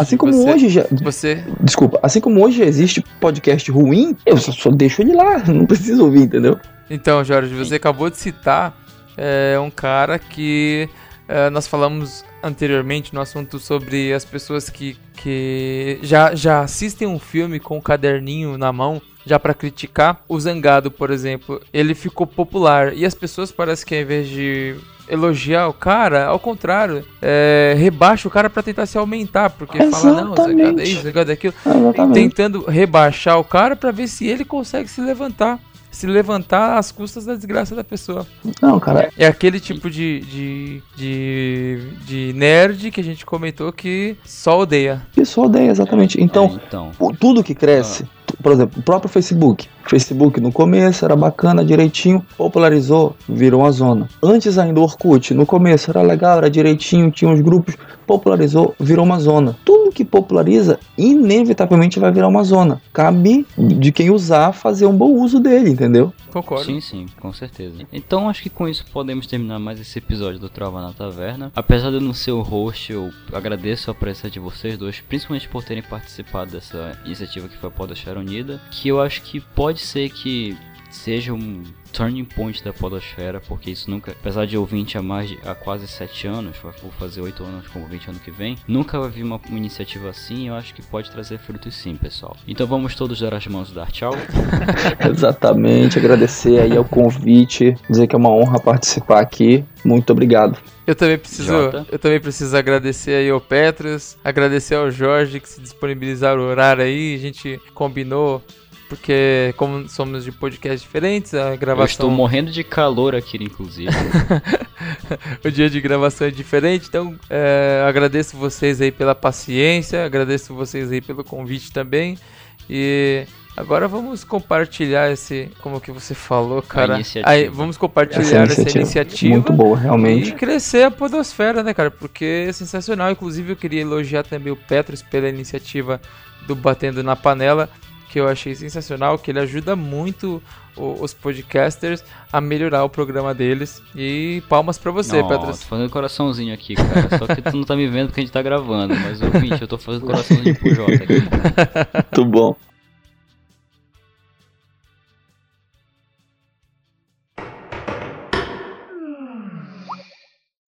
hoje existe podcast ruim, eu só deixo ele lá, não preciso ouvir, entendeu? Então, Jorge, você acabou de citar um cara que nós falamos anteriormente no assunto sobre as pessoas que já assistem um filme com um caderninho na mão, já para criticar. O Zangado, por exemplo, ele ficou popular e as pessoas parecem que ao invés de elogiar o cara, ao contrário, rebaixa o cara pra tentar se aumentar, porque fala, não, Zangado é isso, Zangado é aquilo, tentando rebaixar o cara pra ver se ele consegue se levantar às custas da desgraça da pessoa. Não, cara. É aquele tipo de nerd que a gente comentou que só odeia. Que só odeia, exatamente. Então, tudo que cresce, por exemplo, o próprio Facebook. Facebook no começo era bacana, direitinho, popularizou, virou uma zona. Antes ainda o Orkut, no começo era legal, era direitinho, tinha uns grupos, popularizou, virou uma zona. Tudo que populariza, inevitavelmente vai virar uma zona. Cabe de quem usar fazer um bom uso dele, entendeu? Concordo. Sim, com certeza. Então acho que com isso podemos terminar mais esse episódio do Trova na Taverna. Apesar de eu não ser o host, eu agradeço a presença de vocês dois, principalmente por terem participado dessa iniciativa que foi a Podosfera Unida, que eu acho que pode ser que seja um turning point da podosfera, porque isso nunca, apesar de eu 20 há quase 7 anos, vou fazer 8 anos como 20 ano que vem, nunca vi uma iniciativa assim, eu acho que pode trazer frutos sim, pessoal. Então vamos todos dar as mãos e dar tchau. Exatamente, agradecer aí ao convite, dizer que é uma honra participar aqui, muito obrigado. Eu também preciso agradecer aí ao Petros, agradecer ao Jorge que se disponibilizaram o horário aí, a gente combinou. Porque como somos de podcasts diferentes, a gravação... Eu estou morrendo de calor aqui, inclusive. O dia de gravação é diferente, então agradeço vocês aí pela paciência, agradeço vocês aí pelo convite também. E agora vamos compartilhar como que você falou, cara. Vamos compartilhar essa iniciativa. Muito boa, realmente. E crescer a podosfera, né, cara? Porque é sensacional. Inclusive eu queria elogiar também o Petros pela iniciativa do Batendo na Panela, que eu achei sensacional, que ele ajuda muito os podcasters a melhorar o programa deles. E palmas pra você, Petros. Tô fazendo coraçãozinho aqui, cara. Só que tu não tá me vendo porque a gente tá gravando. Mas, ouvinte, eu tô fazendo coraçãozinho pro Jota aqui. Muito bom.